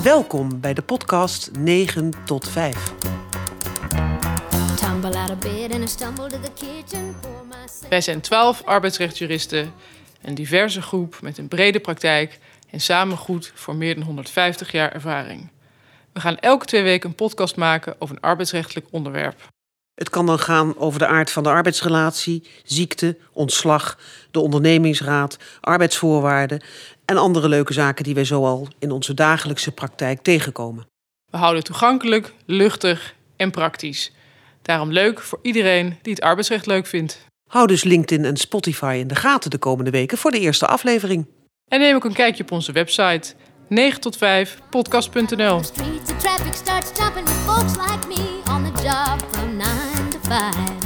Welkom bij de podcast 9 tot 5. Wij zijn 12 arbeidsrechtsjuristen, een diverse groep met een brede praktijk en samen goed voor meer dan 150 jaar ervaring. We gaan elke 2 weken een podcast maken over een arbeidsrechtelijk onderwerp. Het kan dan gaan over de aard van de arbeidsrelatie, ziekte, ontslag, de ondernemingsraad, arbeidsvoorwaarden en andere leuke zaken die wij zoal in onze dagelijkse praktijk tegenkomen. We houden het toegankelijk, luchtig en praktisch. Daarom leuk voor iedereen die het arbeidsrecht leuk vindt. Hou dus LinkedIn en Spotify in de gaten de komende weken voor de eerste aflevering. En neem ook een kijkje op onze website 9tot5podcast.nl. The traffic starts jumping with folks like me on the job from 9 to 5.